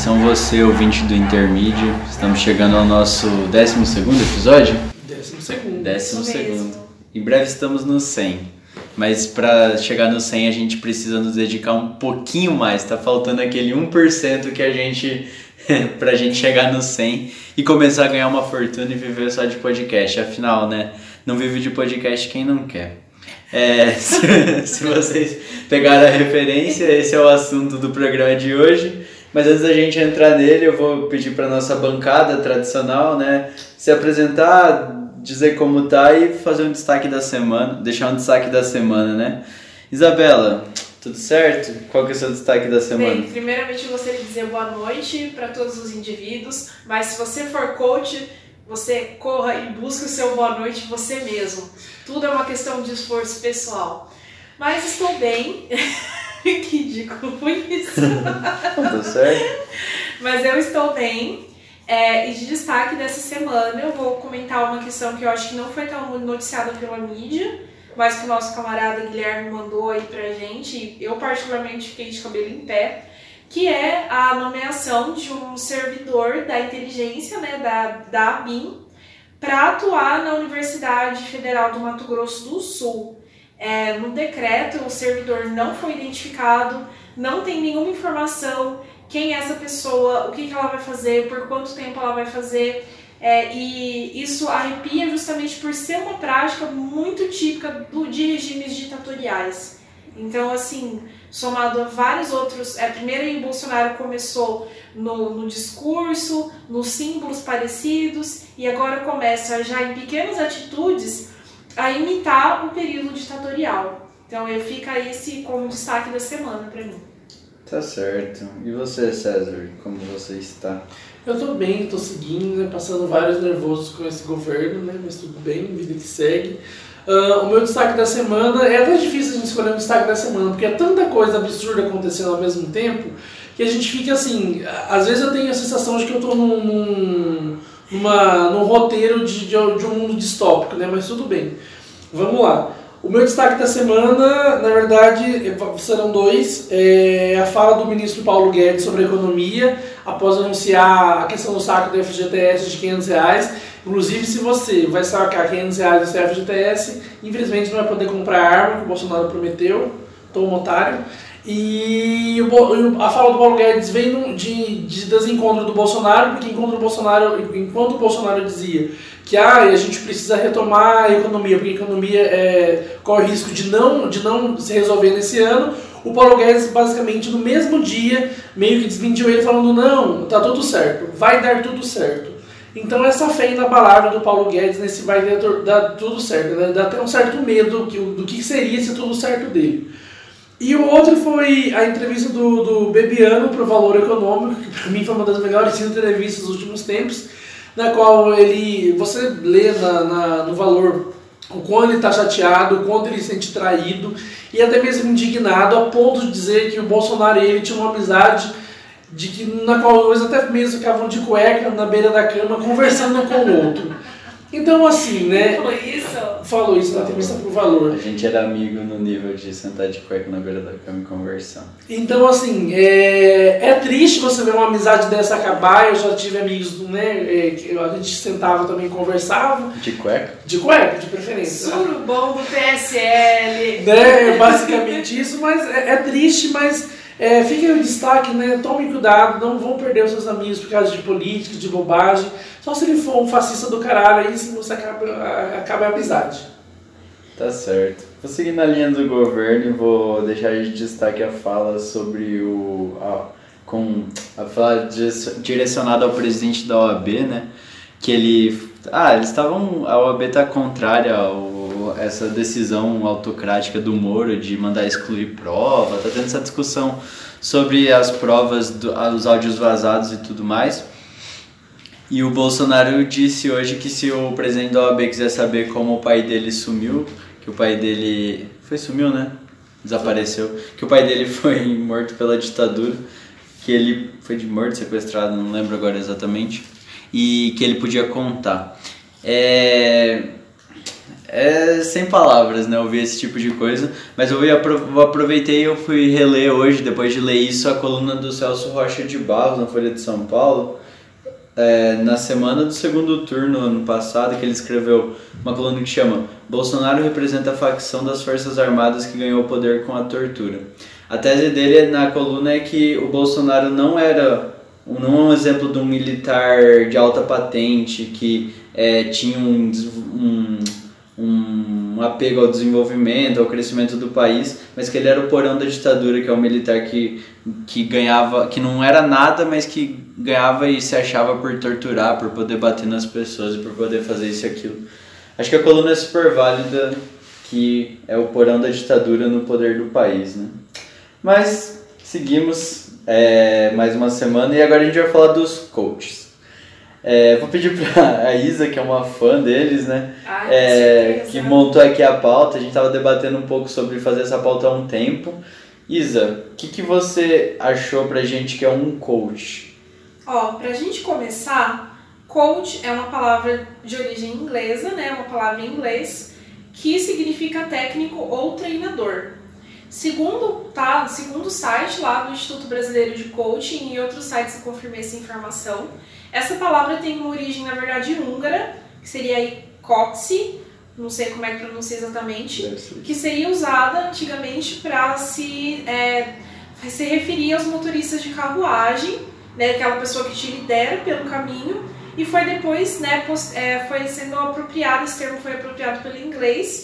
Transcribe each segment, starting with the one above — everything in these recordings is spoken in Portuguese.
Atenção você, ouvinte do Intermídio, estamos chegando ao nosso 12º episódio? 12º. 12º. Em breve estamos no 100, mas para chegar no 100 a gente precisa nos dedicar um pouquinho mais, tá faltando aquele 1% que a gente, pra gente chegar no 100 e começar a ganhar uma fortuna e viver só de podcast, afinal, né, não vive de podcast quem não quer. Se vocês pegaram a referência, esse é o assunto do programa de hoje. Mas antes da gente entrar nele, eu vou pedir para nossa bancada tradicional, né, se apresentar, dizer como tá e fazer um destaque da semana, deixar um destaque da semana, né? Isabela, tudo certo? Qual que é o seu destaque da semana? Bem, primeiramente eu gostaria de dizer boa noite para todos os indivíduos, mas se você for coach, você corra e busque o seu boa noite você mesmo. Tudo é uma questão de esforço pessoal. Mas estou bem. Que ridículo foi isso. Tudo certo? Mas eu estou bem. E de destaque dessa semana eu vou comentar uma questão que eu acho que não foi tão noticiada pela mídia, mas que o nosso camarada Guilherme mandou aí pra gente, e eu particularmente fiquei de cabelo em pé, que é a nomeação de um servidor da inteligência, né, da ABIN, para atuar na Universidade Federal do Mato Grosso do Sul. No decreto, o servidor não foi identificado, não tem nenhuma informação quem é essa pessoa, o que ela vai fazer, por quanto tempo ela vai fazer, e isso arrepia justamente por ser uma prática muito típica de regimes ditatoriais. Então, assim, somado a vários outros, primeiro o Bolsonaro começou no discurso, nos símbolos parecidos, e agora começa já em pequenas atitudes a imitar o período ditatorial. Então, fica esse como destaque da semana para mim. Tá certo. E você, César, como você está? Eu tô bem, tô seguindo, né, passando vários nervosos com esse governo, né, mas tudo bem, vida que segue. O meu destaque da semana, é até difícil a gente escolher um destaque da semana, porque é tanta coisa absurda acontecendo ao mesmo tempo, que a gente fica assim, às vezes eu tenho a sensação de que eu tô num roteiro de um mundo distópico, né, mas tudo bem. Vamos lá. O meu destaque da semana, na verdade, serão dois. A fala do ministro Paulo Guedes sobre a economia, após anunciar a questão do saque do FGTS de R$500. Inclusive, se você vai sacar R$500 do seu FGTS, infelizmente não vai poder comprar a arma que o Bolsonaro prometeu. Tô um otário. E a fala do Paulo Guedes vem de desencontro do Bolsonaro, porque enquanto o Bolsonaro dizia que a gente precisa retomar a economia, porque a economia corre o risco de não se resolver nesse ano, o Paulo Guedes basicamente no mesmo dia meio que desmentiu ele falando não, tá tudo certo, vai dar tudo certo. Então essa fé inabalável do Paulo Guedes nesse vai dar tudo certo, né? Dá até um certo medo do que seria esse tudo certo dele. E o outro foi a entrevista do Bebiano para o Valor Econômico, que para mim foi uma das melhores entrevistas dos últimos tempos, na qual você lê no Valor o quanto ele está chateado, o quanto ele se sente traído e até mesmo indignado, a ponto de dizer que o Bolsonaro e ele tinham uma amizade na qual eles até mesmo ficavam de cueca na beira da cama conversando com o outro. Então assim, né? Falou isso na entrevista pro Valor. A gente era amigo no nível de sentar de cueca na beira da cama e conversar. Então assim, é triste você ver uma amizade dessa acabar. Eu já tive amigos, né? A gente sentava também e conversava. De cueca? De cueca, de preferência. Surubom do PSL. Né? Basicamente isso, mas é triste, mas fica o destaque, né? Tome cuidado, não vão perder os seus amigos por causa de política, de bobagem. Só se ele for um fascista do caralho, aí sim você acaba a amizade. Tá certo. Vou seguir na linha do governo e vou deixar de destaque a fala sobre a fala direcionada ao presidente da OAB, né? Que a OAB está contrária a essa decisão autocrática do Moro de mandar excluir prova, tá tendo essa discussão sobre as provas, os áudios vazados e tudo mais. E o Bolsonaro disse hoje que se o presidente da OAB quiser saber como o pai dele sumiu, que o pai dele sumiu, né? Desapareceu, que o pai dele foi morto pela ditadura, que ele foi morto, sequestrado, não lembro agora exatamente, e que ele podia contar. É sem palavras, né, ouvir esse tipo de coisa, mas eu aproveitei e eu fui reler hoje, depois de ler isso, a coluna do Celso Rocha de Barros, na Folha de São Paulo, na semana do segundo turno, ano passado, que ele escreveu uma coluna que chama Bolsonaro representa a facção das Forças Armadas que ganhou o poder com a tortura. A tese dele na coluna é que o Bolsonaro não é um exemplo de um militar de alta patente que tinha um apego ao desenvolvimento, ao crescimento do país, mas que ele era o porão da ditadura, que é um militar que ganhava, que não era nada, mas que ganhava e se achava por torturar, por poder bater nas pessoas e por poder fazer isso e aquilo. Acho que a coluna é super válida, que é o porão da ditadura no poder do país, né? Mas seguimos mais uma semana e agora a gente vai falar dos coaches. Vou pedir para a Isa, que é uma fã deles, né? Que montou aqui a pauta. A gente estava debatendo um pouco sobre fazer essa pauta há um tempo. Isa, o que você achou pra gente que é um coach? Pra gente começar, coach é uma palavra de origem inglesa, né? Uma palavra em inglês que significa técnico ou treinador. Segundo o site lá do Instituto Brasileiro de Coaching e outros sites eu confirmei essa informação, essa palavra tem uma origem, na verdade, húngara, que seria coxi, não sei como é que pronuncia exatamente, que seria usada antigamente para se referir aos motoristas de carruagem, né, aquela pessoa que te lidera pelo caminho, e foi depois, né, foi sendo apropriado, esse termo foi apropriado pelo inglês,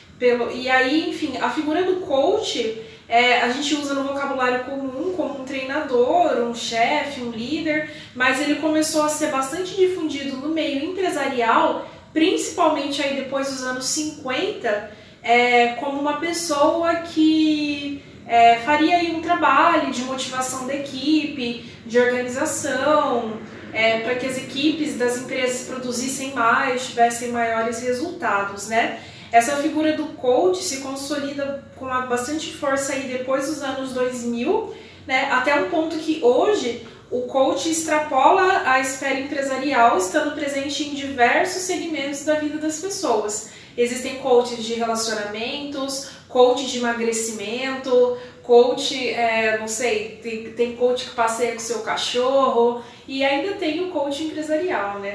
e aí, enfim, a figura do coach a gente usa no vocabulário comum como um treinador, um chefe, um líder, mas ele começou a ser bastante difundido no meio empresarial, principalmente aí depois dos anos 50, como uma pessoa que faria aí um trabalho de motivação da equipe, de organização, para que as equipes das empresas produzissem mais, tivessem maiores resultados, né? Essa figura do coach se consolida com bastante força aí depois dos anos 2000, né? Até um ponto que hoje o coach extrapola a esfera empresarial, estando presente em diversos segmentos da vida das pessoas. Existem coaches de relacionamentos, coach de emagrecimento, coach, não sei, tem coach que passeia com seu cachorro e ainda tem o coach empresarial, né?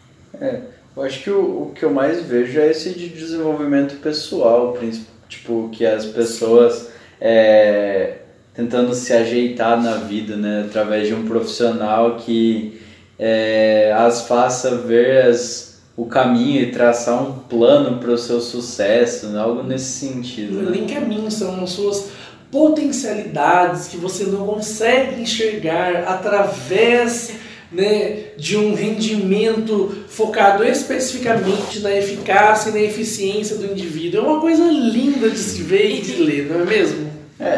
Eu acho que o que eu mais vejo é esse de desenvolvimento pessoal, tipo, que as pessoas tentando se ajeitar na vida, né, através de um profissional que as faça ver o caminho e traçar um plano para o seu sucesso, né, algo nesse sentido. Não é nem caminho, são as suas potencialidades que você não consegue enxergar através, né, de um rendimento focado especificamente na eficácia e na eficiência do indivíduo. É uma coisa linda de se ver e de ler, não é mesmo?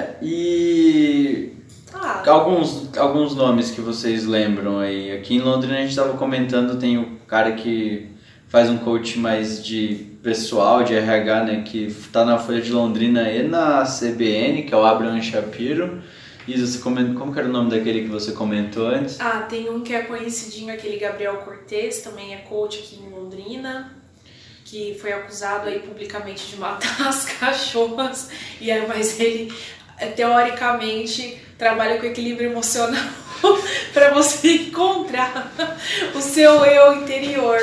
E alguns nomes que vocês lembram aí. Aqui em Londrina a gente estava comentando, tem o cara que faz um coach mais de pessoal, de RH, né, que está na Folha de Londrina e na CBN, que é o Abraham Shapiro. Isa, como que era o nome daquele que você comentou antes? Tem um que é conhecidinho, aquele Gabriel Cortez, também é coach aqui em Londrina, que foi acusado aí publicamente de matar as cachorras, mas ele, teoricamente, trabalha com equilíbrio emocional para você encontrar o seu eu interior.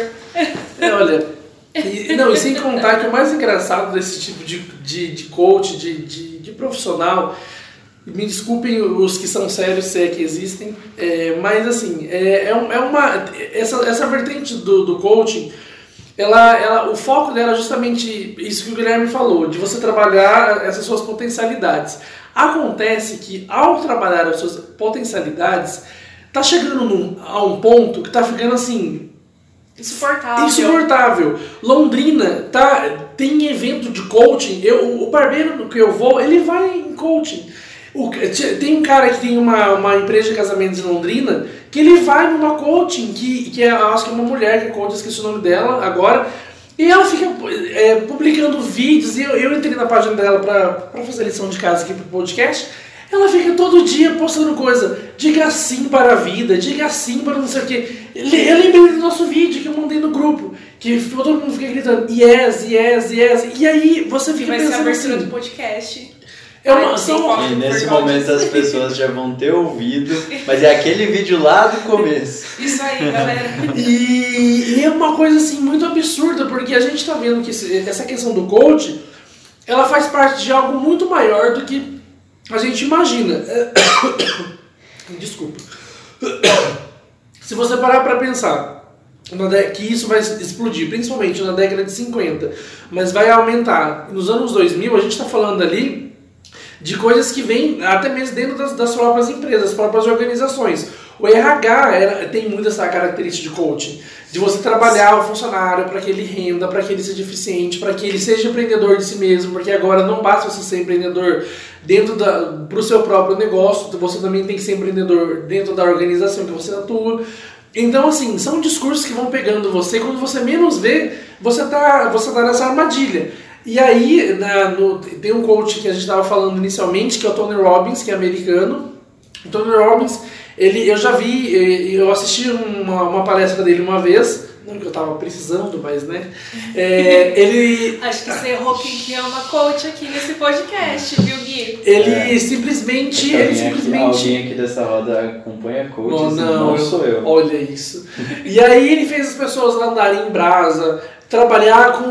E sem contar que o mais engraçado desse tipo de coach, de profissional, me desculpem os que são sérios, se é que existem, mas assim, essa vertente do coaching, o foco dela é justamente isso que o Guilherme falou, de você trabalhar essas suas potencialidades. Acontece que ao trabalhar as suas potencialidades, tá chegando a um ponto que tá ficando assim, insuportável. Londrina tem evento de coaching, o barbeiro que eu vou, ele vai em coaching. Tem um cara que tem uma empresa de casamentos em Londrina, que ele vai numa coaching, que acho que é uma mulher que é coach, esqueci o nome dela agora, e ela fica publicando vídeos, e eu entrei na página dela pra fazer lição de casa aqui pro podcast. Ela fica todo dia postando coisa, diga sim para a vida, diga sim para não sei o que. Eu lembrei do nosso vídeo que eu mandei no grupo, que todo mundo fica gritando yes, yes, yes, e aí você fica vai pensando ser a abertura assim, do podcast. E nesse momento as pessoas já vão ter ouvido, mas é aquele vídeo lá do começo. Isso aí, galera. E é uma coisa assim muito absurda, porque a gente tá vendo que essa questão do coach, ela faz parte de algo muito maior do que a gente imagina. Desculpa. Se você parar pra pensar que isso vai explodir, principalmente na década de 50, mas vai aumentar nos anos 2000, a gente tá falando ali de coisas que vêm até mesmo dentro das próprias empresas, das próprias organizações. O RH tem muito essa característica de coaching, de você trabalhar o funcionário para que ele renda, para que ele seja eficiente, para que ele seja empreendedor de si mesmo, porque agora não basta você ser empreendedor para o seu próprio negócio, você também tem que ser empreendedor dentro da organização que você atua. Então, assim, são discursos que vão pegando você, quando você menos vê, você tá nessa armadilha. E aí, tem um coach que a gente estava falando inicialmente, que é o Tony Robbins, que é americano. O Tony Robbins, eu assisti uma palestra dele uma vez, não que eu estava precisando, mas né. Acho que você errou quem ama coach aqui nesse podcast, viu, Gui? Ele simplesmente... Alguém aqui dessa roda acompanha coaches, não sou eu. Olha isso. E aí ele fez as pessoas andarem em brasa, trabalhar com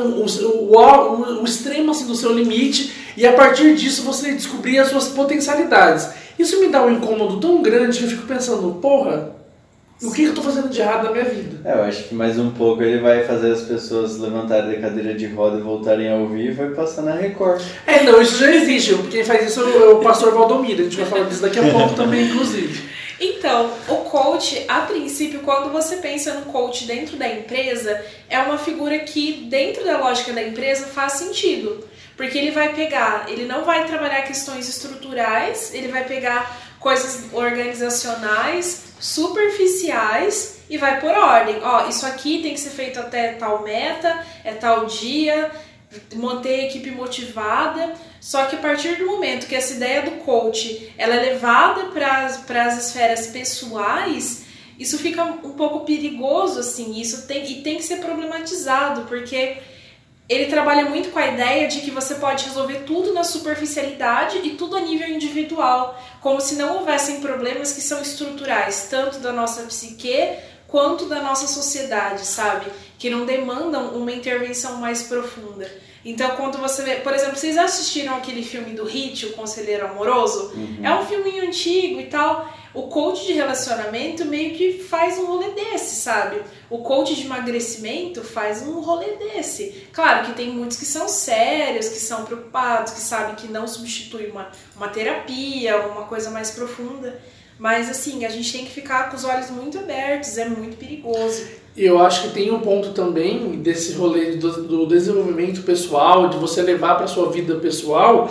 o extremo assim, do seu limite, e a partir disso você descobrir as suas potencialidades. Isso me dá um incômodo tão grande que eu fico pensando, porra, o que eu tô fazendo de errado na minha vida? Eu acho que mais um pouco ele vai fazer as pessoas levantarem da cadeira de roda e voltarem a ouvir e vai passar na Record. Não, isso já existe. Quem faz isso é o pastor Valdomiro. A gente vai falar disso daqui a pouco também, inclusive. Então, o coach, a princípio, quando você pensa no coach dentro da empresa, é uma figura que, dentro da lógica da empresa, faz sentido. Porque ele não vai trabalhar questões estruturais, ele vai pegar coisas organizacionais, superficiais e vai por ordem. Isso aqui tem que ser feito até tal meta, é tal dia, manter a equipe motivada. Só que a partir do momento que essa ideia do coach ela é levada para as esferas pessoais, isso fica um pouco perigoso, assim, tem que ser problematizado, porque ele trabalha muito com a ideia de que você pode resolver tudo na superficialidade e tudo a nível individual, como se não houvessem problemas que são estruturais, tanto da nossa psique quanto da nossa sociedade, sabe? Que não demandam uma intervenção mais profunda. Então, quando você vê... Por exemplo, vocês assistiram aquele filme do Hit, O Conselheiro Amoroso? Uhum. É um filminho antigo e tal. O coach de relacionamento meio que faz um rolê desse, sabe? O coach de emagrecimento faz um rolê desse. Claro que tem muitos que são sérios, que são preocupados, que sabem que não substitui uma terapia, uma coisa mais profunda. Mas, assim, a gente tem que ficar com os olhos muito abertos, é muito perigoso. Eu acho que tem um ponto também desse rolê do desenvolvimento pessoal, de você levar para sua vida pessoal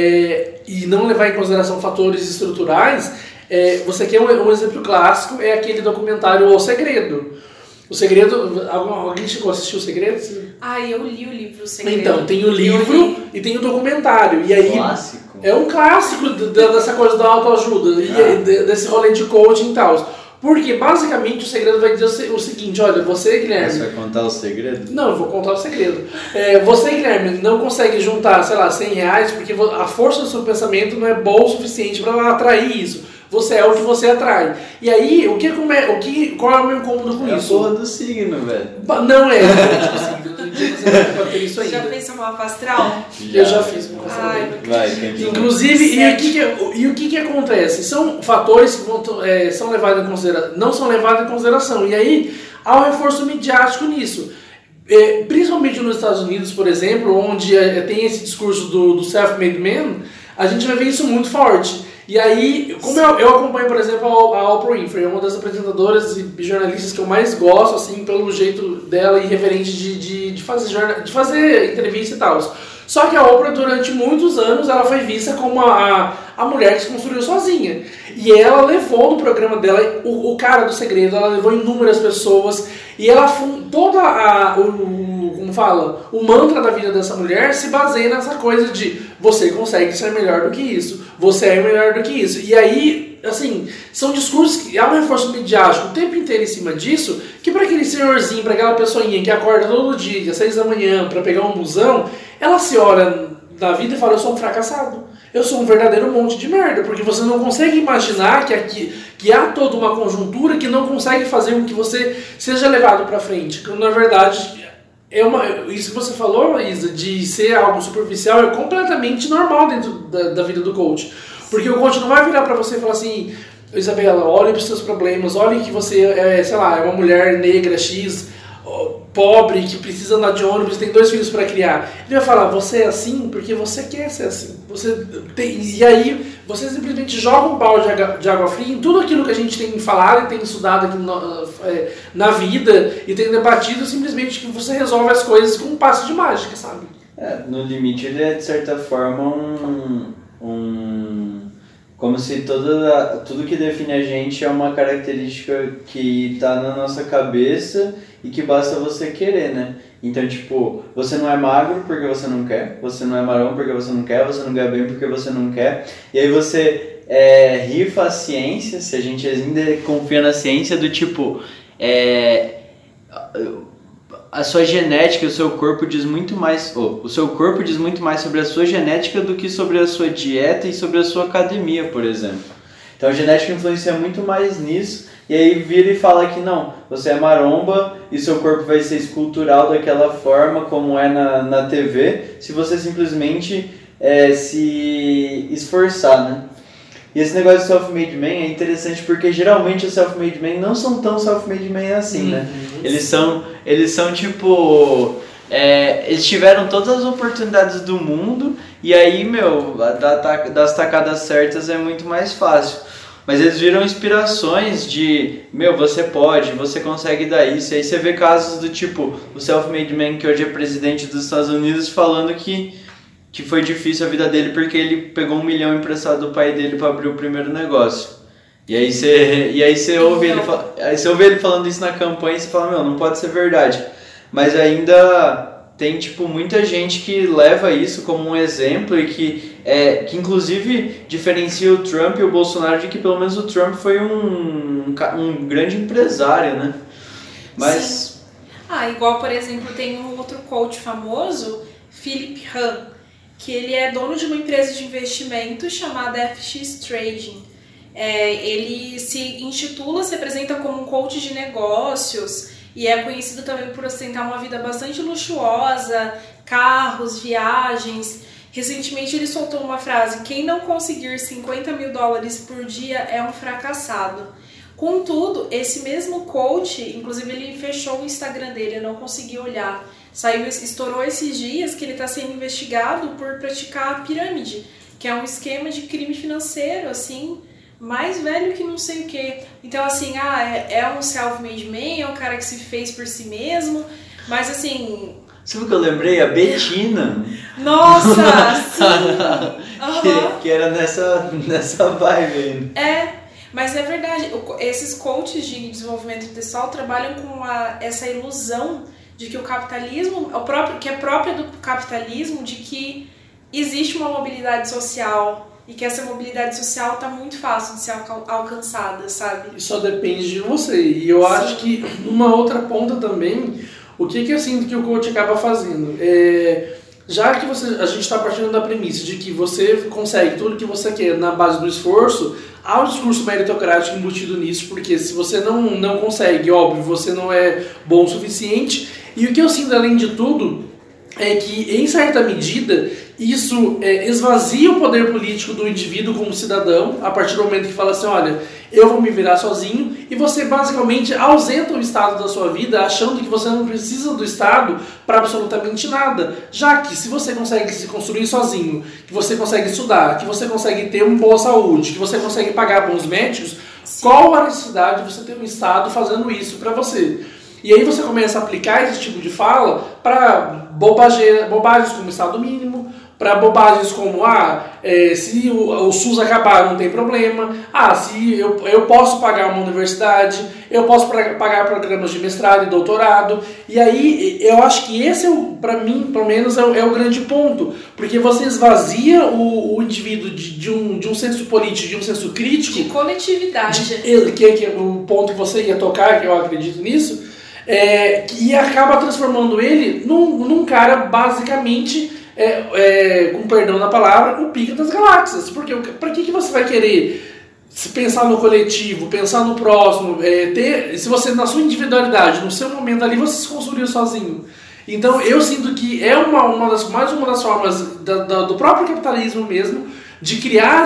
e não levar em consideração fatores estruturais. Você quer um exemplo clássico, é aquele documentário O Segredo. O Segredo, alguém chegou a assistir O Segredo? Eu li o livro O Segredo. Então, tem o livro e tem o documentário. E aí, clássico. É um clássico dessa coisa da autoajuda, desse rolê de coaching e tal. Porque, basicamente, o segredo vai dizer o seguinte, olha, você, Guilherme... Você vai contar o segredo? Não, eu vou contar o segredo. Você, Guilherme, não consegue juntar, sei lá, R$100 porque a força do seu pensamento não é boa o suficiente para atrair isso. Você é o que você atrai. E aí, qual é o meu incômodo com isso? É a porra do signo, velho. Não é diferente do signo. Você isso já fez seu mapa astral? Eu já fiz meu mapa astral. Inclusive, o que acontece? São fatores que são levados em consideração, não são levados em consideração. E aí, há um reforço midiático nisso. Principalmente nos Estados Unidos, por exemplo, onde tem esse discurso do self-made man, a gente vai ver isso muito forte. E aí, como eu acompanho, por exemplo, a Oprah Winfrey, é uma das apresentadoras e jornalistas que eu mais gosto, assim, pelo jeito dela irreverente de fazer entrevista e tal. Só que a Oprah, durante muitos anos, ela foi vista como a mulher que se construiu sozinha. E ela levou no programa dela o cara do segredo, ela levou inúmeras pessoas, e ela fala, o mantra da vida dessa mulher se baseia nessa coisa de você consegue ser melhor do que isso, você é melhor do que isso. E aí, assim, são discursos que há um reforço midiático o tempo inteiro em cima disso, que para aquele senhorzinho, para aquela pessoinha que acorda todo dia, às 6 da manhã, para pegar um busão, ela se olha na vida e fala, eu sou um fracassado. Eu sou um verdadeiro monte de merda, porque você não consegue imaginar que há toda uma conjuntura que não consegue fazer com que você seja levado para frente. Que, na verdade, isso que você falou, Isa, de ser algo superficial, é completamente normal dentro da vida do coach. Porque o coach não vai virar para você e falar assim, Isabela, olhe para os seus problemas, olhe que você é uma mulher negra, X, pobre, que precisa andar de ônibus, tem 2 filhos para criar. Ele vai falar, você é assim porque você quer ser assim. E aí você simplesmente joga um balde de água fria em tudo aquilo que a gente tem falado e tem estudado aqui na vida e tem debatido, simplesmente que você resolve as coisas com um passo de mágica, sabe? No limite ele é de certa forma como se tudo que define a gente é uma característica que está na nossa cabeça e que basta você querer, né? Então, tipo, você não é magro porque você não quer, você não é marrom porque você não quer, você não ganha bem porque você não quer, e aí você rifa a ciência, se a gente ainda confia na ciência, do tipo, a sua genética, o seu corpo diz muito mais, o seu corpo diz muito mais sobre a sua genética do que sobre a sua dieta e sobre a sua academia, por exemplo. Então a genética influencia muito mais nisso, e aí vira e fala que não, você é maromba e seu corpo vai ser escultural daquela forma como é na TV, se você simplesmente se esforçar, né? E esse negócio de self-made man é interessante porque geralmente os self-made men não são tão self-made man assim, né? Eles são tipo... eles tiveram todas as oportunidades do mundo e aí, das tacadas certas é muito mais fácil. Mas eles viram inspirações de, você pode, você consegue dar isso. E aí você vê casos do tipo, o self-made man que hoje é presidente dos Estados Unidos falando que foi difícil a vida dele porque ele pegou $1 milhão emprestado do pai dele para abrir o primeiro negócio. E aí você ouve ele falando isso na campanha e você fala, não pode ser verdade. Mas ainda tem tipo muita gente que leva isso como um exemplo e que inclusive diferencia o Trump e o Bolsonaro de que pelo menos o Trump foi um grande empresário, né? Mas... Sim. Igual por exemplo tem um outro coach famoso, Philip Han, que ele é dono de uma empresa de investimento chamada FX Trading. Ele se apresenta como um coach de negócios e é conhecido também por ostentar uma vida bastante luxuosa, carros, viagens. Recentemente ele soltou uma frase, quem não conseguir $50 mil por dia é um fracassado. Contudo, esse mesmo coach, inclusive ele fechou o Instagram dele, eu não consegui olhar. Estourou esses dias que ele está sendo investigado por praticar a pirâmide, que é um esquema de crime financeiro, assim, mais velho que não sei o que. Então, assim, é um self-made man, é um cara que se fez por si mesmo, mas assim... Sabe o que eu lembrei? A Betina. Nossa, sim! Que era nessa vibe aí. Mas é verdade, esses coaches de desenvolvimento pessoal trabalham com essa ilusão de que o capitalismo, que é própria do capitalismo, de que existe uma mobilidade social e que essa mobilidade social está muito fácil de ser alcançada, sabe? E só depende de você. E eu acho que uma outra ponta também, o que eu sinto que o coach acaba fazendo? Já que a gente está partindo da premissa de que você consegue tudo que você quer na base do esforço, há um discurso meritocrático embutido nisso, porque se você não consegue, óbvio, você não é bom o suficiente. E o que eu sinto, além de tudo, é que, em certa medida, isso esvazia o poder político do indivíduo como cidadão, a partir do momento que fala assim, olha, eu vou me virar sozinho, e você basicamente ausenta o Estado da sua vida, achando que você não precisa do Estado para absolutamente nada. Já que se você consegue se construir sozinho, que você consegue estudar, que você consegue ter uma boa saúde, que você consegue pagar bons médicos, qual a necessidade de você ter um Estado fazendo isso para você? E aí você começa a aplicar esse tipo de fala para bobagens como Estado mínimo, para bobagens como, se o SUS acabar não tem problema, se eu posso pagar uma universidade, eu posso pagar programas de mestrado e doutorado, e aí eu acho que esse, para mim, pelo menos, é o grande ponto, porque você esvazia o indivíduo de um senso político, de um senso crítico. De coletividade. Que é o ponto que você ia tocar, que eu acredito nisso, e acaba transformando ele num cara basicamente... com perdão da palavra, o pica das galáxias. Porque para que você vai querer pensar no coletivo, pensar no próximo, se você, na sua individualidade, no seu momento ali, você se construiu sozinho? Então eu sinto que é mais uma das formas do próprio capitalismo mesmo, de criar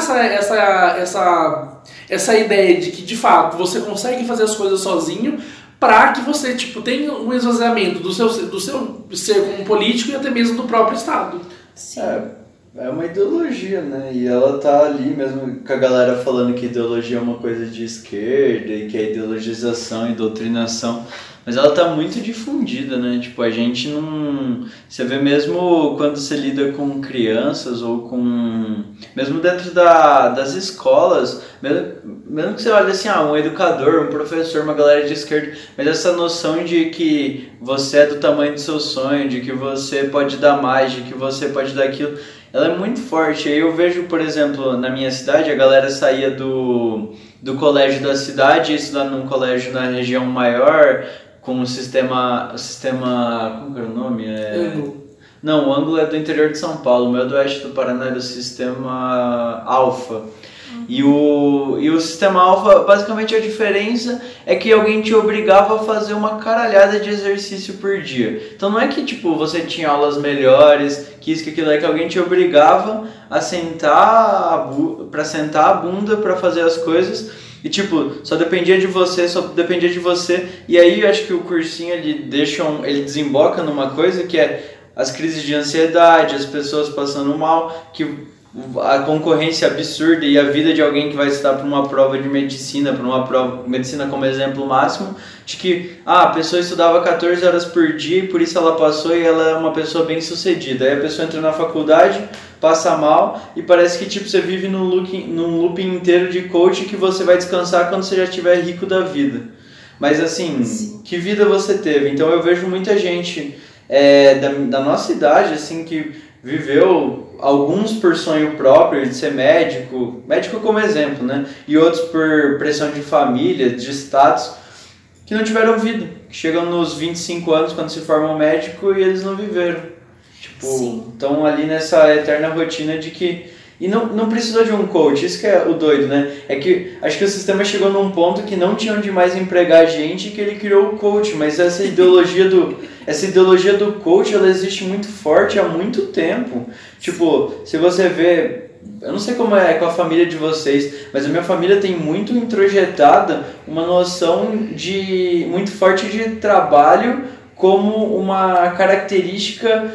essa ideia de que, de fato, você consegue fazer as coisas sozinho, para que você tenha um esvaziamento do seu ser como político e até mesmo do próprio Estado. Sim. É uma ideologia, né? E ela tá ali mesmo com a galera falando que ideologia é uma coisa de esquerda e que é ideologização e doutrinação. Mas ela tá muito difundida, né? Tipo, a gente não... Você vê mesmo quando você lida com crianças ou com... Mesmo dentro das escolas, mesmo que você olhe assim, um educador, um professor, uma galera de esquerda, mas essa noção de que você é do tamanho do seu sonho, de que você pode dar mais, de que você pode dar aquilo, ela é muito forte. Aí eu vejo, por exemplo, na minha cidade, a galera saía do colégio da cidade, estudar num colégio na região maior, com o sistema... Como que era o nome? Ângulo. Não, o Ângulo é do interior de São Paulo, o meu é do oeste do Paraná, é do sistema Alfa. E o sistema Alfa, basicamente a diferença é que alguém te obrigava a fazer uma caralhada de exercício por dia. Então não é que você tinha aulas melhores, que isso, que aquilo, é que alguém te obrigava a sentar a bunda para fazer as coisas. E só dependia de você, e aí eu acho que o cursinho ele desemboca numa coisa que é as crises de ansiedade, as pessoas passando mal, que a concorrência absurda e a vida de alguém que vai estudar para uma prova de medicina, medicina como exemplo máximo, de que a pessoa estudava 14 horas por dia e por isso ela passou e ela é uma pessoa bem sucedida. Aí a pessoa entra na faculdade, passa mal e parece que você vive num looping inteiro de coach que você vai descansar quando você já estiver rico da vida. Mas assim, que vida você teve? Então eu vejo muita gente da nossa idade assim, que viveu, alguns por sonho próprio de ser médico como exemplo, né? E outros por pressão de família, de status, que não tiveram vida, que chegam nos 25 anos quando se formam médico e eles não viveram. Estão ali nessa eterna rotina de que... E não precisou de um coach, isso que é o doido, né? É que acho que o sistema chegou num ponto que não tinha onde mais empregar gente, que ele criou o coach, mas essa ideologia do coach, ela existe muito forte há muito tempo. Se você vê... Eu não sei como é com a família de vocês, mas a minha família tem muito introjetada uma noção muito forte de trabalho como uma característica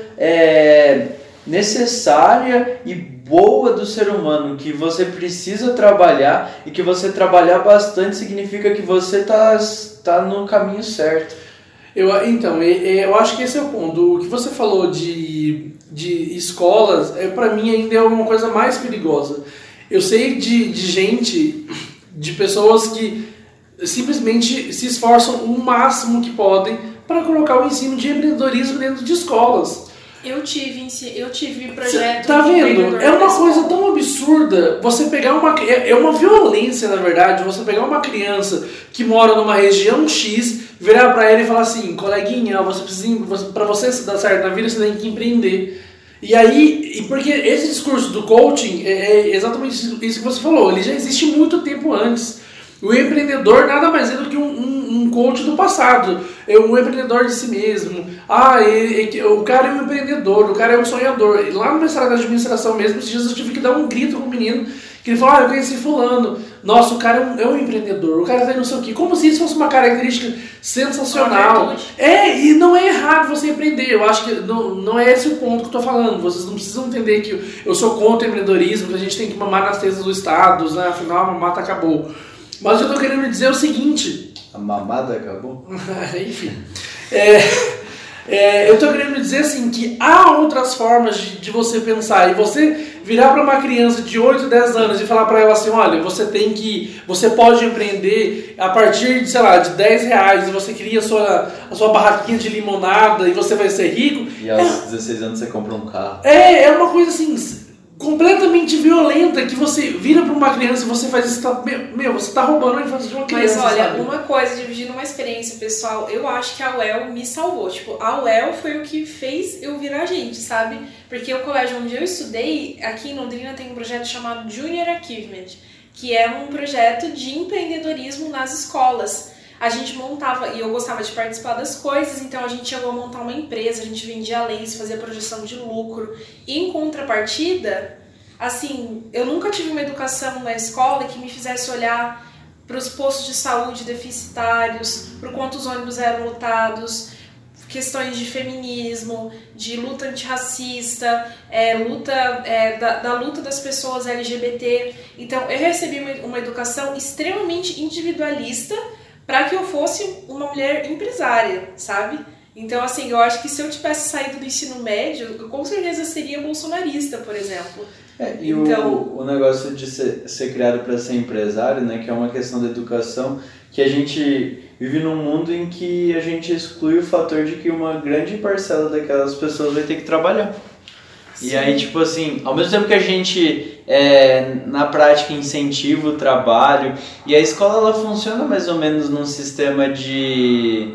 necessária e boa do ser humano, que você precisa trabalhar e que você trabalhar bastante significa que você tá no caminho certo. Eu acho que esse é o ponto. O que você falou de escolas, para mim ainda é uma coisa mais perigosa. Eu sei de pessoas que simplesmente se esforçam o máximo que podem para colocar o ensino de empreendedorismo dentro de escolas. Eu tive projeto. Tá vendo? É uma coisa tão absurda você pegar é uma violência, na verdade, você pegar uma criança que mora numa região X, virar pra ela e falar assim: coleguinha, pra você dar certo na vida, você tem que empreender. E porque esse discurso do coaching é exatamente isso que você falou, ele já existe muito tempo antes. O empreendedor nada mais é do que um coach do passado, é um empreendedor de si mesmo. O cara é um empreendedor, o cara é um sonhador. E lá no mestrado de administração mesmo, esses dias eu tive que dar um grito com o menino, que ele falou: eu conheci fulano, nossa, o cara é um empreendedor, o cara tá não sei o quê. Como se isso fosse uma característica sensacional. E não é errado você empreender, eu acho que não é esse o ponto que eu tô falando. Vocês não precisam entender que eu sou contra o empreendedorismo, que a gente tem que mamar nas testas do Estado, né? Afinal a mamata acabou. Mas eu tô querendo dizer o seguinte... A mamada acabou? Enfim. Eu tô querendo dizer assim, que há outras formas de você pensar. E você virar para uma criança de 8, 10 anos e falar para ela assim, olha, você pode empreender a partir de, sei lá, de 10 reais e você cria a sua barraquinha de limonada e você vai ser rico. E aos 16 anos você compra um carro. É uma coisa assim, completamente violenta, que você vira pra uma criança e você faz isso, você tá roubando a infância de uma criança. Mas olha, sabe? uma coisa, dividindo uma experiência pessoal, eu acho que a UEL me salvou. Tipo, a UEL foi o que fez eu virar gente, sabe? Porque o colégio onde eu estudei, aqui em Londrina, tem um projeto chamado Junior Achievement, que é um projeto de empreendedorismo nas escolas. A gente montava, e eu gostava de participar das coisas, então a gente chegou a montar uma empresa, a gente vendia leis, fazia projeção de lucro. E em contrapartida, assim, eu nunca tive uma educação na escola que me fizesse olhar para os postos de saúde deficitários, para o quanto os ônibus eram lotados, questões de feminismo, de luta antirracista, da luta das pessoas LGBT. Então, eu recebi uma educação extremamente individualista, para que eu fosse uma mulher empresária, sabe? Então, assim, eu acho que se eu tivesse saído do ensino médio, eu com certeza seria bolsonarista, por exemplo. O negócio de ser criado para ser empresário, né, que é uma questão da educação, que a gente vive num mundo em que a gente exclui o fator de que uma grande parcela daquelas pessoas vai ter que trabalhar. Sim. E aí, tipo assim, ao mesmo tempo que a gente, na prática, incentiva o trabalho, e a escola ela funciona mais ou menos num sistema de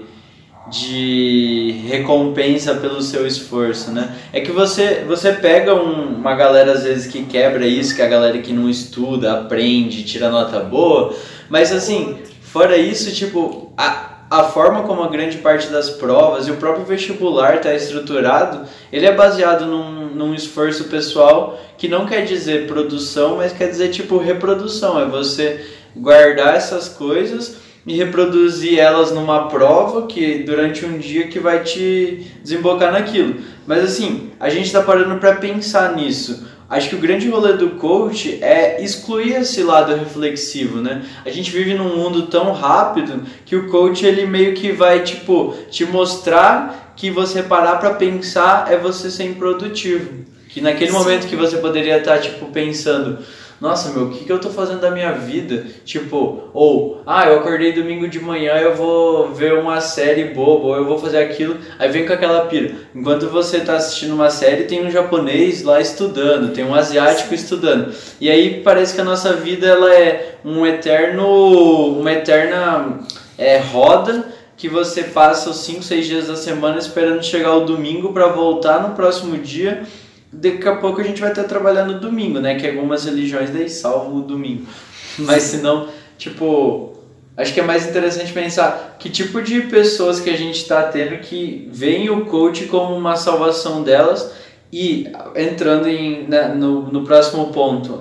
recompensa pelo seu esforço, né? É que você pega uma galera, às vezes, que quebra isso, que é a galera que não estuda, aprende, tira nota boa, mas assim, fora isso, tipo, a forma como a grande parte das provas e o próprio vestibular está estruturado, ele é baseado num esforço pessoal que não quer dizer produção, mas quer dizer tipo reprodução. É você guardar essas coisas e reproduzir elas numa prova que durante um dia que vai te desembocar naquilo. Mas assim, a gente está parando para pensar nisso. Acho que o grande rolê do coach é excluir esse lado reflexivo, né? A gente vive num mundo tão rápido que o coach ele meio que vai tipo te mostrar que você parar para pensar é você ser improdutivo. Que naquele momento que você poderia estar tipo pensando, nossa, meu, o que eu tô fazendo da minha vida? Tipo, eu acordei domingo de manhã, eu vou ver uma série boba, ou eu vou fazer aquilo, aí vem com aquela pira. Enquanto você tá assistindo uma série, tem um japonês lá estudando, tem um asiático estudando. E aí parece que a nossa vida ela é uma eterna roda que você passa os 5, 6 dias da semana esperando chegar o domingo para voltar no próximo dia. Daqui a pouco a gente vai estar trabalhando no domingo, né? Que algumas religiões daí salvam o domingo. Mas se não, tipo, acho que é mais interessante pensar que tipo de pessoas que a gente está tendo que veem o coach como uma salvação delas. E entrando no próximo ponto,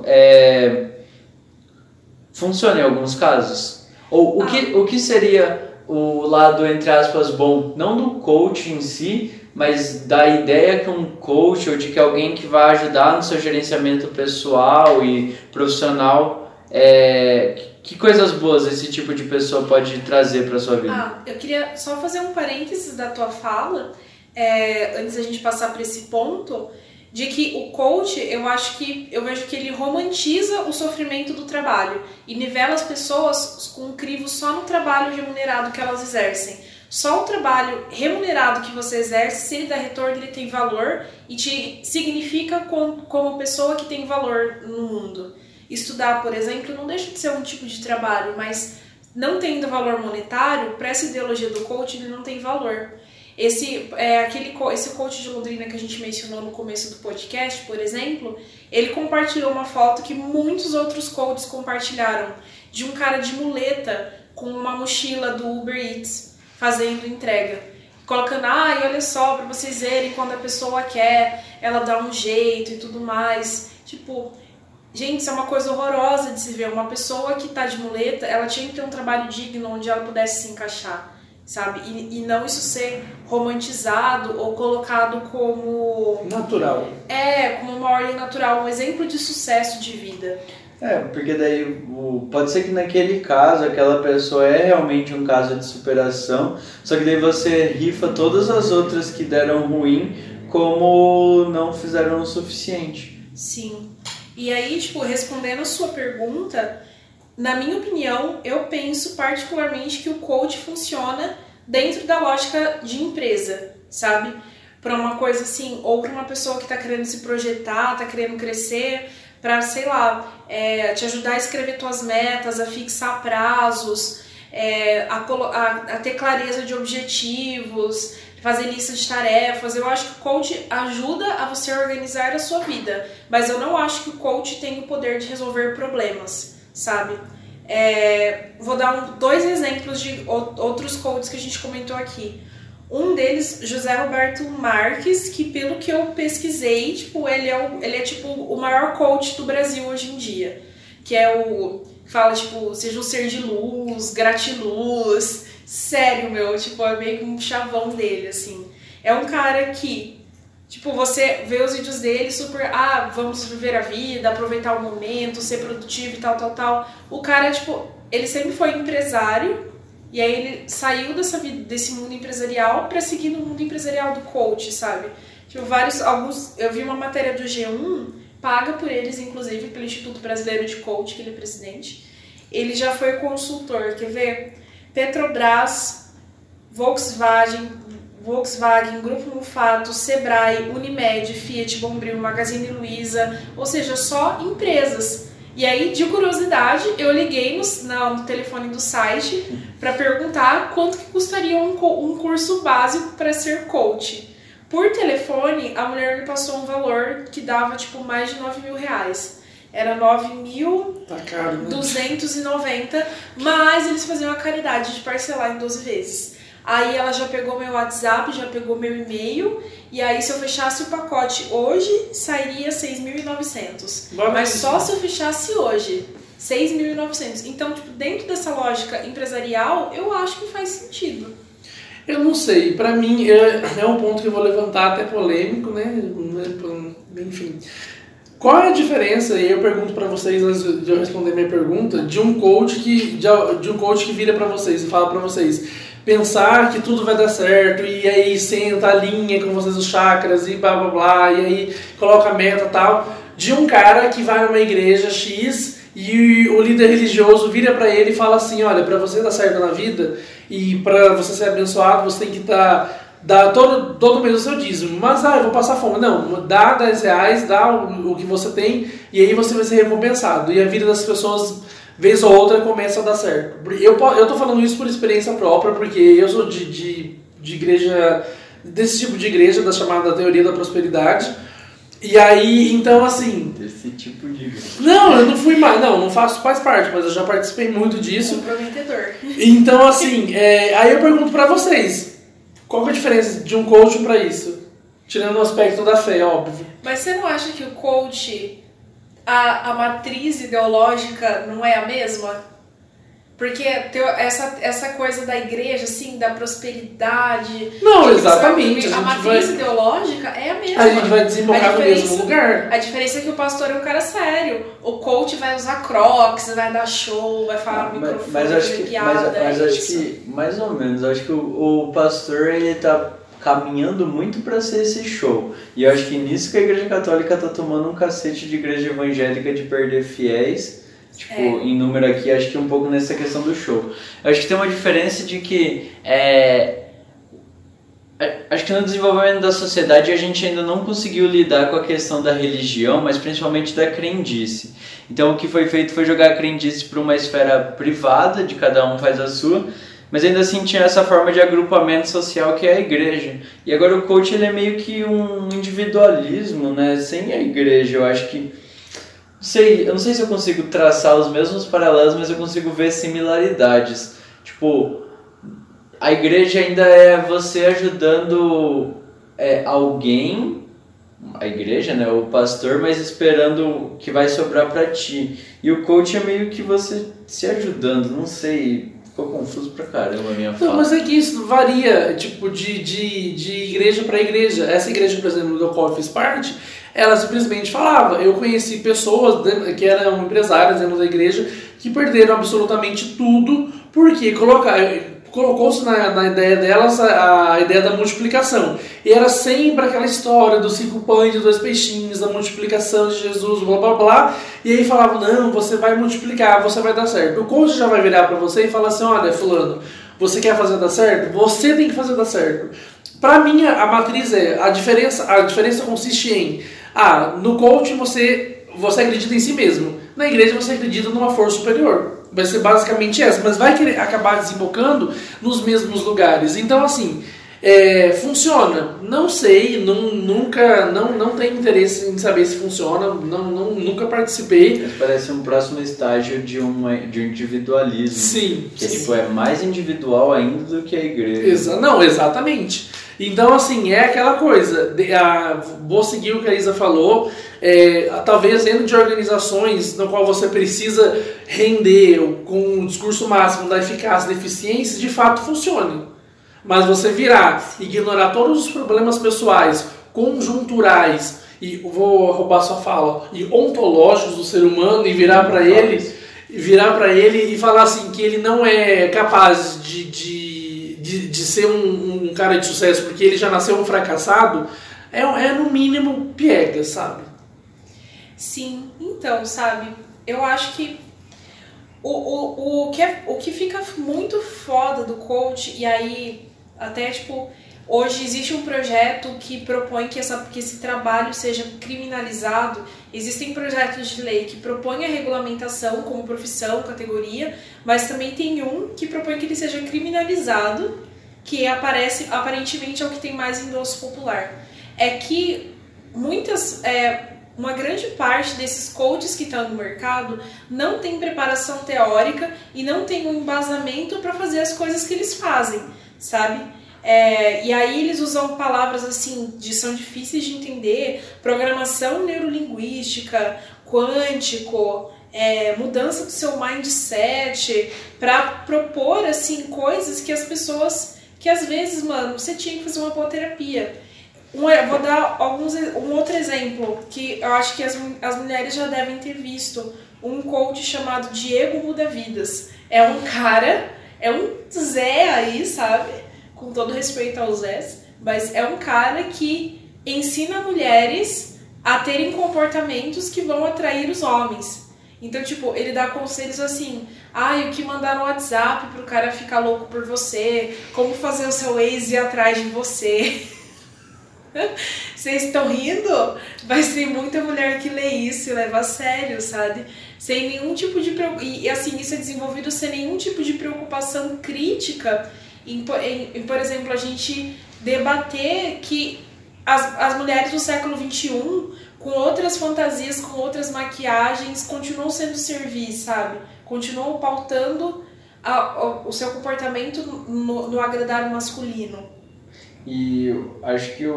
funciona em alguns casos? Ou o que seria o lado, entre aspas, bom, não do coach em si, mas da ideia que um coach ou de que alguém que vai ajudar no seu gerenciamento pessoal e profissional, que coisas boas esse tipo de pessoa pode trazer para sua vida? Eu queria só fazer um parênteses da tua fala, antes da gente passar para esse ponto, de que o coach, eu vejo que ele romantiza o sofrimento do trabalho e nivela as pessoas com um crivo só no trabalho remunerado que elas exercem. Só o trabalho remunerado que você exerce, se ele dá retorno, ele tem valor e te significa como pessoa que tem valor no mundo. Estudar, por exemplo, não deixa de ser um tipo de trabalho, mas não tendo valor monetário, para essa ideologia do coach, ele não tem valor. Esse coach de Londrina que a gente mencionou no começo do podcast, por exemplo, ele compartilhou uma foto que muitos outros coaches compartilharam, de um cara de muleta com uma mochila do Uber Eats, fazendo entrega, colocando, olha só, pra vocês verem quando a pessoa quer, ela dá um jeito e tudo mais. Tipo, gente, isso é uma coisa horrorosa de se ver. Uma pessoa que tá de muleta, ela tinha que ter um trabalho digno onde ela pudesse se encaixar. sabe? E não isso ser romantizado ou colocado como... Natural. Como uma ordem natural, um exemplo de sucesso de vida. Porque daí pode ser que naquele caso aquela pessoa é realmente um caso de superação, só que daí você rifa todas as outras que deram ruim como não fizeram o suficiente. Sim. E aí, tipo, respondendo a sua pergunta, na minha opinião, eu penso particularmente que o coach funciona dentro da lógica de empresa, sabe? Para uma coisa assim, ou para uma pessoa que está querendo se projetar, está querendo crescer, para, sei lá, te ajudar a escrever tuas metas, a fixar prazos, a ter clareza de objetivos, fazer lista de tarefas. Eu acho que o coach ajuda a você organizar a sua vida, mas eu não acho que o coach tem o poder de resolver problemas, sabe? Vou dar 2 exemplos de outros coaches que a gente comentou aqui. Um deles, José Roberto Marques, que pelo que eu pesquisei, tipo, ele é tipo o maior coach do Brasil hoje em dia. Que fala, tipo, seja um ser de luz, gratiluz. Sério, meu, tipo, é meio que um chavão dele, assim. É um cara que, tipo, você vê os vídeos dele super, vamos viver a vida, aproveitar o momento, ser produtivo e tal, tal, tal. O cara, tipo, ele sempre foi empresário. E aí ele saiu desse mundo empresarial para seguir no mundo empresarial do coach, sabe? Tipo, eu vi uma matéria do G1, paga por eles, inclusive, pelo Instituto Brasileiro de Coach, que ele é presidente. Ele já foi consultor, quer ver? Petrobras, Volkswagen, Grupo Mufato, Sebrae, Unimed, Fiat, Bombril, Magazine Luiza, ou seja, só empresas. E aí, de curiosidade, eu liguei no telefone do site para perguntar quanto que custaria um curso básico para ser coach. Por telefone, a mulher me passou um valor que dava tipo mais de R$9.000. Era 9.290, mas eles faziam a caridade de parcelar em 12 vezes. Aí ela já pegou meu WhatsApp, já pegou meu e-mail, e aí se eu fechasse o pacote hoje, sairia 6.900. Mas só se eu fechasse hoje, 6.900. Então, tipo, dentro dessa lógica empresarial, eu acho que faz sentido. Eu não sei, pra mim é um ponto que eu vou levantar até polêmico, né? Enfim. Qual é a diferença, e eu pergunto pra vocês antes de eu responder minha pergunta, de um coach que vira pra vocês e fala pra vocês pensar que tudo vai dar certo, e aí senta, alinha com vocês os chakras e blá blá blá, e aí coloca a meta e tal, de um cara que vai numa igreja X e o líder religioso vira pra ele e fala assim, olha, pra você dar certo na vida e pra você ser abençoado, você tem que dar todo mês o seu dízimo, mas eu vou passar fome. Não, dá R$10, dá o que você tem, e aí você vai ser recompensado, e a vida das pessoas vez ou outra começa a dar certo. Eu tô falando isso por experiência própria, porque eu sou de igreja, desse tipo de igreja, da chamada teoria da prosperidade. E aí, então assim... Desse tipo de igreja. Não, eu não fui mais, não faço faz parte, mas eu já participei muito disso. Comprometedor. Então assim, aí eu pergunto pra vocês, qual que é a diferença de um coach pra isso? Tirando o aspecto da fé, óbvio. Mas você não acha que o coach... A matriz ideológica não é a mesma? Porque essa coisa da igreja, assim, da prosperidade... Não, exatamente. A matriz ideológica é a mesma. A gente vai desembocar no mesmo lugar. A diferença é que o pastor é um cara sério. O coach vai usar crocs, vai dar show, vai falar no microfone, mas acho que, mais ou menos, acho que o pastor, ele tá caminhando muito para ser esse show. E eu acho que nisso que a Igreja Católica tá tomando um cacete de igreja evangélica de perder fiéis, tipo, em número aqui, acho que um pouco nessa questão do show. Eu acho que tem uma diferença de que acho que no desenvolvimento da sociedade a gente ainda não conseguiu lidar com a questão da religião, mas principalmente da crendice. Então o que foi feito foi jogar a crendice para uma esfera privada, de cada um faz a sua, mas ainda assim tinha essa forma de agrupamento social que é a igreja. E agora o coach, ele é meio que um individualismo, né? Sem a igreja. Eu acho que... eu não sei se eu consigo traçar os mesmos paralelos, mas eu consigo ver similaridades. Tipo, a igreja ainda é você ajudando alguém, a igreja, né? O pastor, mas esperando que vai sobrar pra ti. E o coach é meio que você se ajudando, não sei... Ficou confuso pra caramba a minha Não, fala. mas é que isso varia, tipo, de igreja para igreja. Essa igreja, por exemplo, do qual eu fiz parte, ela simplesmente falava. Eu conheci pessoas que eram empresárias dentro da igreja que perderam absolutamente tudo porque colocou-se na ideia delas a ideia da multiplicação. E era sempre aquela história dos 5 pães e 2 peixinhos, da multiplicação de Jesus, blá blá blá. E aí falavam, não, você vai multiplicar, você vai dar certo. O coach já vai virar para você e falar assim, olha, fulano, você quer fazer dar certo? Você tem que fazer dar certo. Para mim, a matriz a diferença consiste em, no coach você acredita em si mesmo. Na igreja você acredita numa força superior. Vai ser basicamente essa, mas vai acabar desembocando nos mesmos lugares. Então, assim, funciona? Não sei, não tenho interesse em saber se funciona, nunca participei. Mas parece um próximo estágio de um individualismo. Sim. Que tipo, é mais individual ainda do que a igreja. Exatamente. Então, assim, é aquela coisa, vou seguir o que a Isa falou, talvez dentro de organizações no qual você precisa render com o discurso máximo da eficácia e da eficiência, de fato funcione. Mas você ignorar todos os problemas pessoais, conjunturais, e vou roubar sua fala, e ontológicos do ser humano, e virar para ele e falar assim, que ele não é capaz de ser um cara de sucesso porque ele já nasceu um fracassado, é no mínimo piegas, sabe? Sim, então, sabe, eu acho que o que fica muito foda do coach, e aí até tipo, hoje existe um projeto que propõe que esse trabalho seja criminalizado. Existem projetos de lei que propõem a regulamentação como profissão, categoria, mas também tem um que propõe que ele seja criminalizado, que aparentemente é o que tem mais endosso popular. É que uma grande parte desses coaches que estão no mercado não tem preparação teórica e não tem um embasamento para fazer as coisas que eles fazem, sabe? E aí eles usam palavras assim, são difíceis de entender, programação neurolinguística, quântico, mudança do seu mindset, para propor assim, coisas que as pessoas, que às vezes, mano, você tinha que fazer uma boa terapia. Vou dar um outro exemplo, que eu acho que as mulheres já devem ter visto, um coach chamado Diego Muda Vidas. É um cara, é um Zé aí, sabe? Com todo respeito aos Zés, mas é um cara que ensina mulheres a terem comportamentos que vão atrair os homens. Então, tipo, ele dá conselhos assim, o que mandar no WhatsApp pro cara ficar louco por você, como fazer o seu ex ir atrás de você. Vocês estão rindo? Mas tem muita mulher que lê isso e leva a sério, sabe? Sem nenhum tipo de... E assim, isso é desenvolvido sem nenhum tipo de preocupação crítica em, por exemplo, a gente debater que as mulheres do século XXI, com outras fantasias, com outras maquiagens, continuam sendo servis, sabe? Continuam pautando o seu comportamento no agradar masculino. E acho que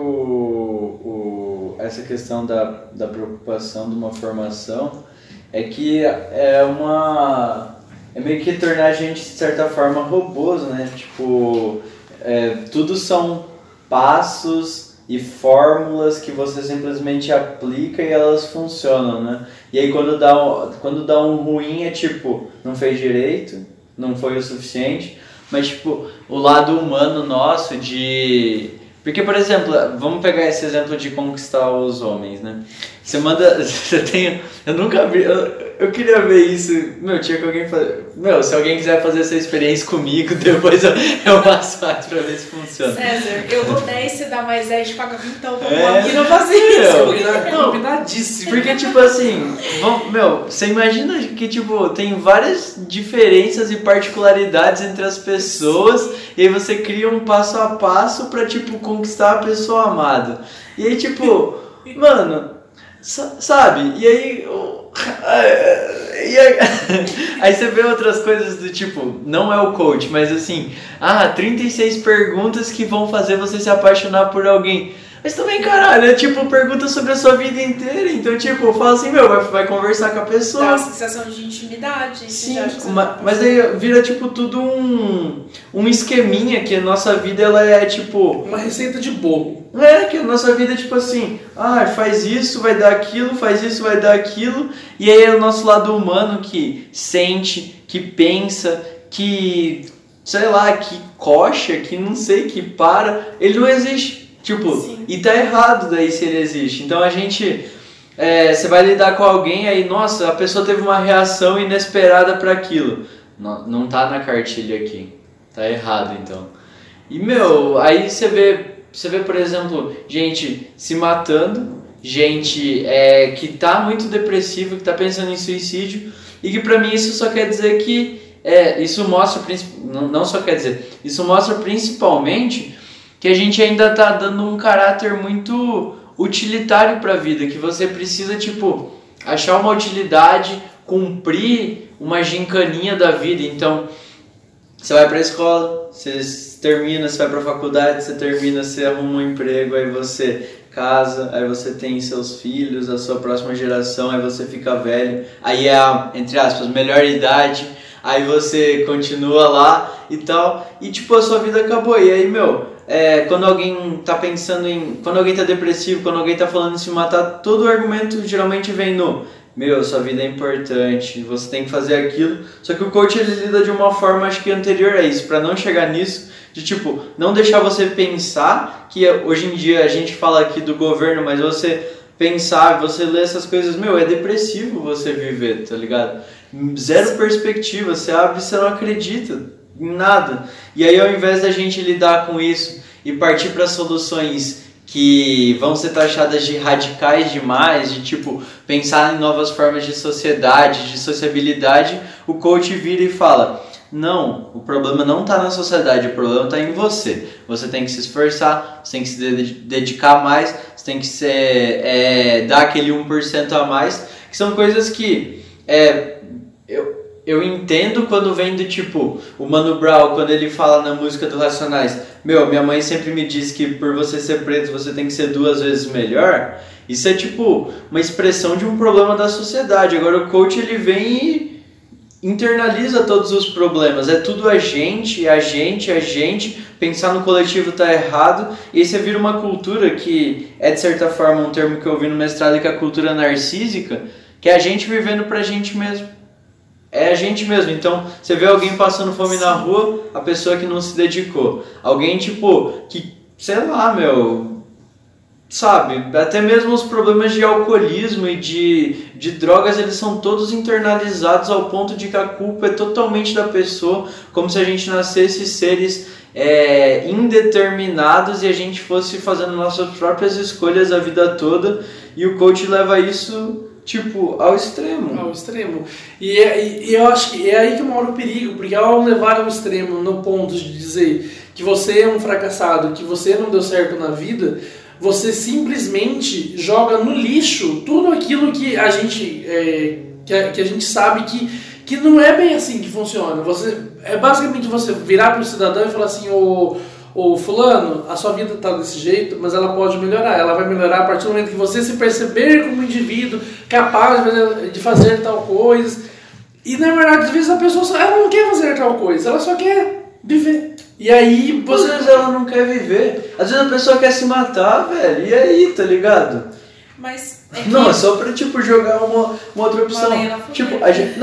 essa questão da preocupação de uma formação é que é meio que tornar a gente, de certa forma, robôs, né? Tipo, tudo são passos e fórmulas que você simplesmente aplica e elas funcionam, né? E aí quando dá um ruim é tipo, não fez direito, não foi o suficiente, mas tipo, o lado humano nosso de... Porque, por exemplo, vamos pegar esse exemplo de conquistar os homens, né? Eu nunca vi... Eu queria ver isso. Tinha que alguém fazer... se alguém quiser fazer essa experiência comigo, depois eu passo mais pra ver se funciona. César, eu dou 10, você dá mais 10, paga 20, então vamos não fazer isso. Combinadíssimo. Porque, tipo assim, você imagina que, tipo, tem várias diferenças e particularidades entre as pessoas, e aí você cria um passo a passo pra, tipo, conquistar a pessoa amada. E aí, tipo, mano, sabe? E aí... Aí você vê outras coisas do tipo, não é o coach, mas assim, 36 perguntas que vão fazer você se apaixonar por alguém. Mas também, caralho, é tipo, pergunta sobre a sua vida inteira. Então, tipo, fala assim, meu, vai conversar com a pessoa. Dá uma sensação de intimidade. Sim, mas aí vira, tipo, tudo um esqueminha que a nossa vida, ela é, tipo... Uma receita de bolo. Que a nossa vida é, tipo assim, faz isso, vai dar aquilo, faz isso, vai dar aquilo. E aí é o nosso lado humano que sente, que pensa, que, sei lá, que coxa, que não sei, que para. Ele não existe. Tipo, sim. E tá errado daí se ele existe. Então a gente, você vai lidar com alguém aí, nossa, a pessoa teve uma reação inesperada para aquilo. Não tá na cartilha aqui. Tá errado então. E meu, aí você vê, por exemplo, gente se matando, gente que tá muito depressiva, que tá pensando em suicídio, e que pra mim isso só quer dizer que, isso mostra, não só quer dizer, isso mostra principalmente que a gente ainda tá dando um caráter muito utilitário pra vida, que você precisa, tipo, achar uma utilidade, cumprir uma gincaninha da vida. Então, você vai pra escola, você termina, você vai pra faculdade, você termina, você arruma um emprego, aí você casa, aí você tem seus filhos, a sua próxima geração, aí você fica velho, aí é a, entre aspas, melhor idade, aí você continua lá e tal, e tipo, a sua vida acabou. E aí, meu, quando alguém tá pensando quando alguém tá depressivo, quando alguém tá falando em se matar, todo o argumento geralmente vem no: meu, sua vida é importante, você tem que fazer aquilo. Só que o coach, ele lida de uma forma, acho que anterior a isso, pra não chegar nisso, de tipo, não deixar você pensar, que hoje em dia a gente fala aqui do governo, mas você pensar, você ler essas coisas, meu, é depressivo você viver, tá ligado? Zero perspectiva, você abre e você não acredita em nada. E aí, ao invés da gente lidar com isso e partir para soluções que vão ser taxadas de radicais demais, de tipo, pensar em novas formas de sociedade, de sociabilidade, o coach vira e fala: não, o problema não está na sociedade, o problema está em você. Você tem que se esforçar, você tem que se dedicar mais, você tem que dar aquele 1% a mais, que são coisas que eu entendo quando vem do tipo, o Mano Brown, quando ele fala na música do Racionais: meu, minha mãe sempre me diz que por você ser preto você tem que ser 2 vezes melhor. Isso é tipo uma expressão de um problema da sociedade. Agora o coach, ele vem e internaliza todos os problemas. É tudo a gente, pensar no coletivo tá errado. E aí você vira uma cultura que é, de certa forma, um termo que eu vi no mestrado, que é a cultura narcísica, que é a gente vivendo pra gente mesmo. É a gente mesmo. Então, você vê alguém passando fome na rua, a pessoa que não se dedicou. Alguém, tipo, que, sei lá, meu, sabe, até mesmo os problemas de alcoolismo e de drogas, eles são todos internalizados ao ponto de que a culpa é totalmente da pessoa, como se a gente nascesse seres indeterminados e a gente fosse fazendo nossas próprias escolhas a vida toda. E o coach leva isso, tipo, ao extremo. Ao extremo. E eu acho que é aí que mora o perigo, porque ao levar ao extremo no ponto de dizer que você é um fracassado, que você não deu certo na vida, você simplesmente joga no lixo tudo aquilo que a gente, que a gente sabe que não é bem assim que funciona. É basicamente você virar para o cidadão e falar assim: ô fulano, a sua vida está desse jeito, mas ela pode melhorar. Ela vai melhorar a partir do momento que você se perceber como indivíduo capaz de fazer tal coisa. E na verdade, às vezes a pessoa ela não quer fazer tal coisa, ela só quer viver. E aí às vezes ela não quer viver. Às vezes a pessoa quer se matar, velho. E aí, tá ligado? Mas não, é só pra, tipo, jogar uma outra opção. Tipo,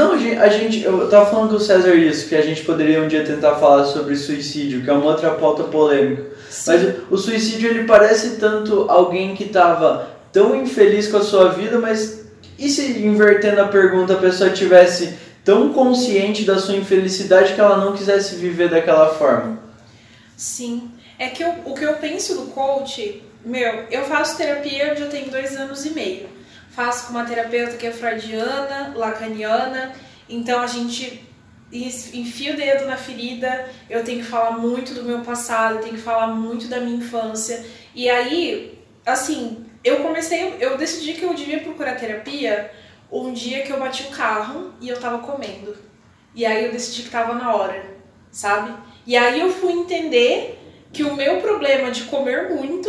eu tava falando com o César isso, que a gente poderia um dia tentar falar sobre suicídio, que é uma outra pauta polêmica. Sim. Mas o suicídio, ele parece tanto alguém que tava tão infeliz com a sua vida, mas e se, invertendo a pergunta, a pessoa tivesse tão consciente da sua infelicidade que ela não quisesse viver daquela forma? Sim. É que o que eu penso do coach... Meu, eu faço terapia já tem 2 anos e meio. Faço com uma terapeuta que é freudiana, lacaniana. Então a gente enfia o dedo na ferida. Eu tenho que falar muito do meu passado, eu tenho que falar muito da minha infância. E aí, assim, eu decidi que eu devia procurar terapia um dia que eu bati o carro e eu tava comendo. E aí eu decidi que tava na hora, sabe? E aí eu fui entender que o meu problema de comer muito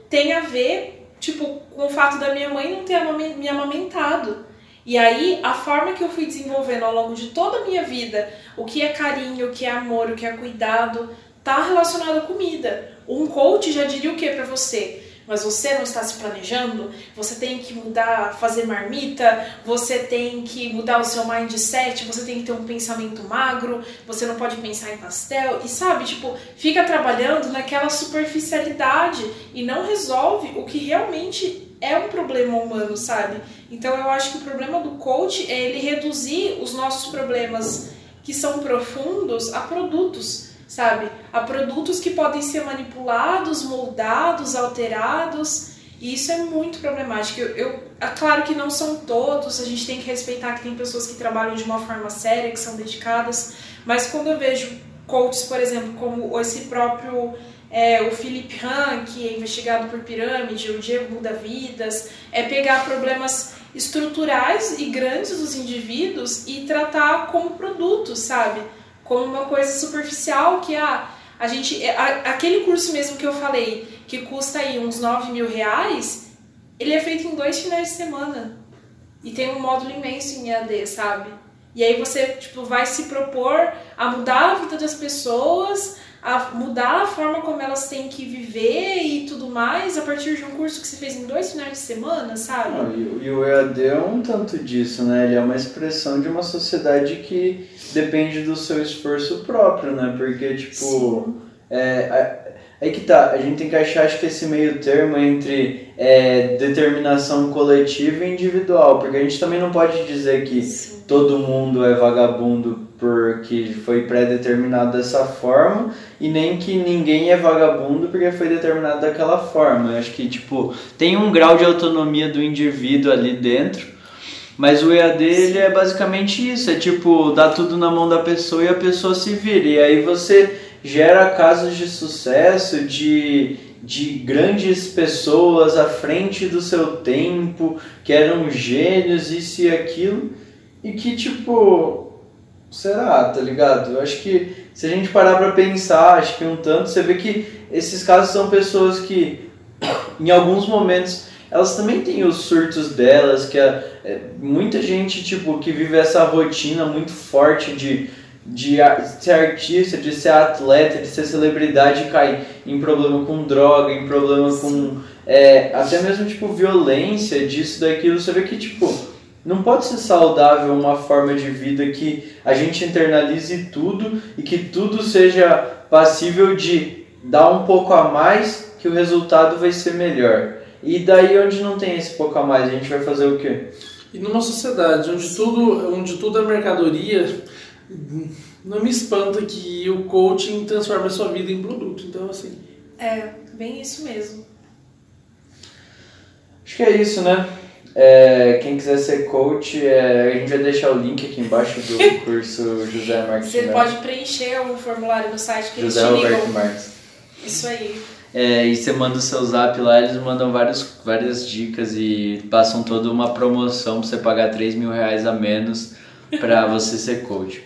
tem a ver, tipo, com o fato da minha mãe não ter me amamentado. E aí, a forma que eu fui desenvolvendo ao longo de toda a minha vida, o que é carinho, o que é amor, o que é cuidado, tá relacionado à comida. Um coach já diria o que pra você? Mas você não está se planejando? Você tem que mudar, fazer marmita, você tem que mudar o seu mindset, você tem que ter um pensamento magro, você não pode pensar em pastel. E sabe, tipo, fica trabalhando naquela superficialidade e não resolve o que realmente é um problema humano, sabe? Então eu acho que o problema do coach é ele reduzir os nossos problemas que são profundos a produtos, sabe? A produtos que podem ser manipulados, moldados, alterados, e isso é muito problemático. É claro que não são todos, a gente tem que respeitar que tem pessoas que trabalham de uma forma séria, que são dedicadas, mas quando eu vejo coaches, por exemplo, como esse próprio o Philip Han, que é investigado por pirâmide, o Diego Muda Vidas, é pegar problemas estruturais e grandes dos indivíduos e tratar como produtos, sabe? Como uma coisa superficial que aquele curso mesmo que eu falei, que custa aí uns 9 mil reais, ele é feito em 2 finais de semana. E tem um módulo imenso em EAD, sabe? E aí você, tipo, vai se propor a mudar a vida das pessoas, a mudar a forma como elas têm que viver e tudo mais a partir de um curso que você fez em 2 finais de semana, sabe? E o EAD é um tanto disso, né? Ele é uma expressão de uma sociedade que depende do seu esforço próprio, né? Porque, tipo, aí que tá, a gente tem que achar, acho que esse meio termo entre determinação coletiva e individual, porque a gente também não pode dizer que todo mundo é vagabundo porque foi pré-determinado dessa forma, e nem que ninguém é vagabundo porque foi determinado daquela forma. Eu acho que, tipo, tem um grau de autonomia do indivíduo ali dentro, mas o EAD, ele é basicamente isso, é tipo, dá tudo na mão da pessoa e a pessoa se vira, e aí você gera casos de sucesso, de grandes pessoas à frente do seu tempo, que eram gênios, isso e aquilo, e que, tipo, será, tá ligado? Eu acho que se a gente parar pra pensar, acho que um tanto, você vê que esses casos são pessoas que, em alguns momentos, elas também têm os surtos delas, que muita gente, tipo, que vive essa rotina muito forte de ser artista, de ser atleta, de ser celebridade, e cai em problema com droga, em problema com até mesmo, tipo, violência, disso, daquilo. Você vê que, tipo, não pode ser saudável uma forma de vida que a gente internalize tudo e que tudo seja passível de dar um pouco a mais, que o resultado vai ser melhor. E daí, onde não tem esse pouco a mais, a gente vai fazer o quê? E numa sociedade onde tudo é mercadoria, não me espanta que o coaching transforme a sua vida em produto. Então, assim... bem isso mesmo. Acho que é isso, né? Quem quiser ser coach, a gente vai deixar o link aqui embaixo do curso José Marques. Você pode preencher o formulário no site que José Roberto Marques. Isso aí. E você manda o seu zap lá, eles mandam várias dicas e passam toda uma promoção pra você pagar 3 mil reais a menos pra você ser coach.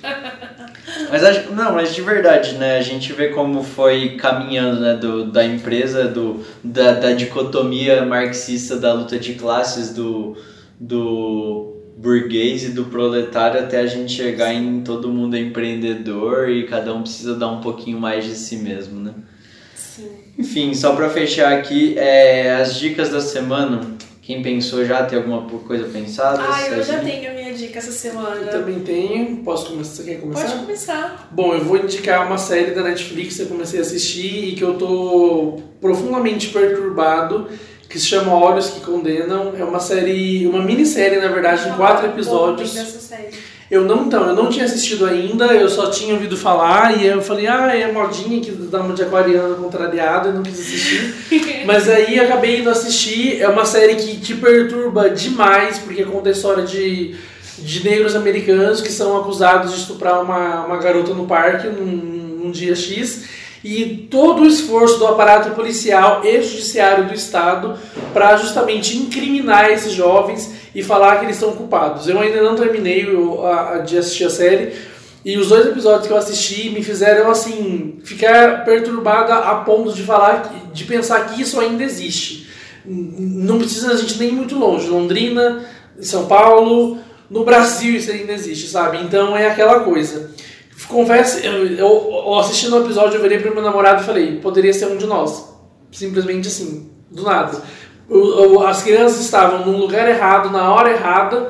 Mas de verdade, né? A gente vê como foi caminhando, né? Da empresa, da dicotomia marxista da luta de classes, do burguês e do proletário, até a gente chegar em todo mundo é empreendedor e cada um precisa dar um pouquinho mais de si mesmo, né? Sim. Enfim, só pra fechar aqui, as dicas da semana. Quem pensou já tem alguma coisa pensada? Eu já tenho a minha dica essa semana. Eu também tenho. Posso começar? Você quer começar? Pode começar. Bom, eu vou indicar uma série da Netflix que eu comecei a assistir e que eu tô profundamente perturbado, que se chama Olhos que Condenam. É uma minissérie, na verdade, em 4 episódios. Dessa série. Eu não tinha assistido ainda, eu só tinha ouvido falar, e aí eu falei, é modinha que dá uma de aquariano contrariado, e não quis assistir. Mas aí acabei indo assistir. É uma série que te perturba demais, porque conta a história de negros americanos que são acusados de estuprar uma garota no parque num dia X, e todo o esforço do aparato policial e judiciário do estado para justamente incriminar esses jovens e falar que eles são culpados. Eu ainda não terminei de assistir a série, E os 2 episódios que eu assisti me fizeram, assim, ficar perturbada a ponto de pensar que isso ainda existe. Não precisa a gente nem ir muito longe. Londrina, São Paulo, no Brasil isso ainda existe, sabe? Então é aquela coisa. Confesso, eu assistindo o episódio, eu virei pro meu namorado e falei, poderia ser um de nós. Simplesmente assim, do nada. As crianças estavam num lugar errado, na hora errada,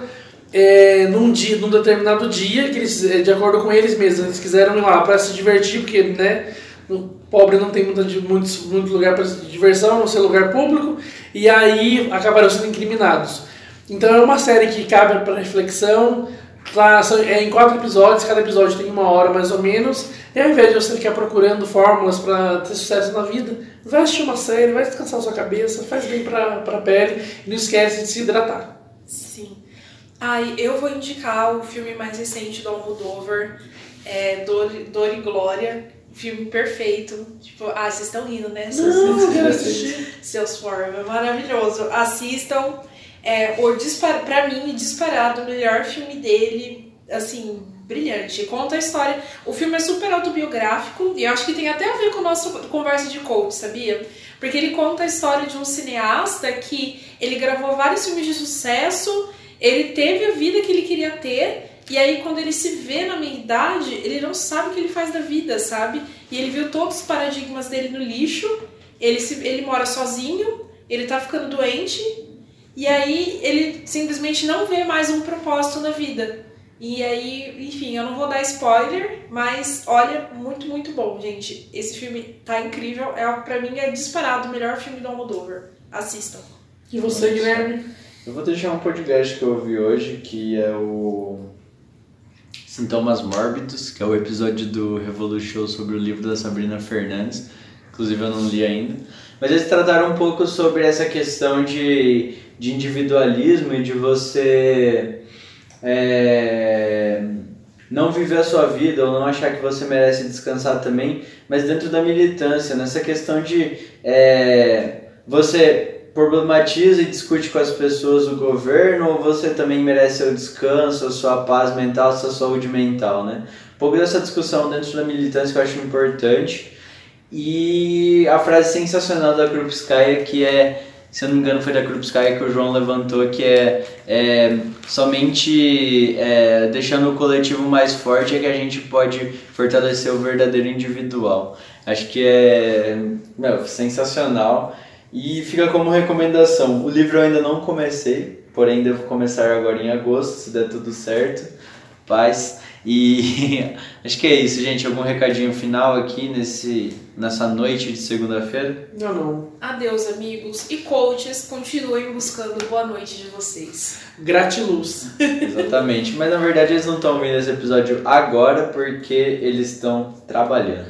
num determinado dia, que eles, de acordo com eles mesmos, eles quiseram ir lá para se divertir, porque, né, o pobre não tem muito lugar para diversão, não ser lugar público, e aí acabaram sendo incriminados. Então é uma série que cabe para reflexão, em 4 episódios, cada episódio tem 1 hora mais ou menos, e ao invés de você ficar procurando fórmulas para ter sucesso na vida, vai assistir uma série, vai descansar a sua cabeça, faz bem para a pele, e não esquece de se hidratar. Sim. Eu vou indicar o filme mais recente do Almodóvar, Dor e Glória, filme perfeito. Tipo, vocês estão rindo, né? Não, quero assistir. Seus formas, é maravilhoso. Assistam. Pra mim, disparado, o melhor filme dele, assim, brilhante. Conta a história. O filme é super autobiográfico e eu acho que tem até a ver com a nossa conversa de coach, sabia? Porque ele conta a história de um cineasta que ele gravou vários filmes de sucesso, ele teve a vida que ele queria ter, e aí quando ele se vê na minha idade, ele não sabe o que ele faz da vida, sabe? E ele viu todos os paradigmas dele no lixo, ele mora sozinho, ele tá ficando doente, e aí ele simplesmente não vê mais um propósito na vida. E aí, enfim, eu não vou dar spoiler, mas olha, muito, muito bom, gente. Esse filme tá incrível, pra mim é disparado o melhor filme do Almodóvar. Assistam. E você, Guilherme? Eu vou deixar um podcast que eu ouvi hoje, que é o Sintomas Mórbidos, que é o episódio do Revolution sobre o livro da Sabrina Fernandes. Inclusive eu não li ainda. Mas eles trataram um pouco sobre essa questão de individualismo e de você não viver a sua vida ou não achar que você merece descansar também, mas dentro da militância, nessa questão de você problematiza e discute com as pessoas o governo, ou você também merece seu descanso, a sua paz mental, a sua saúde mental, né? Um pouco dessa discussão dentro da militância que eu acho importante. E a frase sensacional da Krupskaya, que se eu não me engano foi da Krupskaya que o João levantou, que somente deixando o coletivo mais forte é que a gente pode fortalecer o verdadeiro individual. Acho que é sensacional. E fica como recomendação. O livro eu ainda não comecei, porém devo começar agora em agosto, se der tudo certo. Paz. E acho que é isso, gente. Algum recadinho final aqui nessa noite de segunda-feira? Não. Adeus, amigos. E coaches, continuem buscando boa noite de vocês. Gratiluz. Exatamente. Mas na verdade eles não estão ouvindo esse episódio agora porque eles estão trabalhando.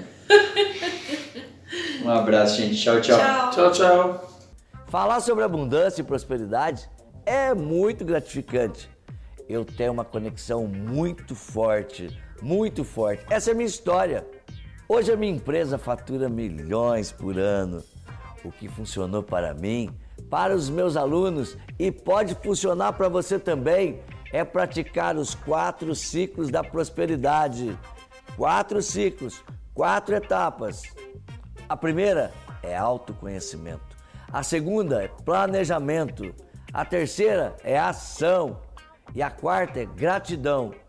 Um abraço, gente. Tchau, tchau. Tchau, tchau. Falar sobre abundância e prosperidade é muito gratificante. Eu tenho uma conexão muito forte. Essa é a minha história. Hoje a minha empresa fatura milhões por ano. O que funcionou para mim, para os meus alunos e pode funcionar para você também é praticar os 4 ciclos da prosperidade. 4 ciclos, 4 etapas. A primeira é autoconhecimento. A segunda é planejamento. A terceira é ação. E a quarta é gratidão.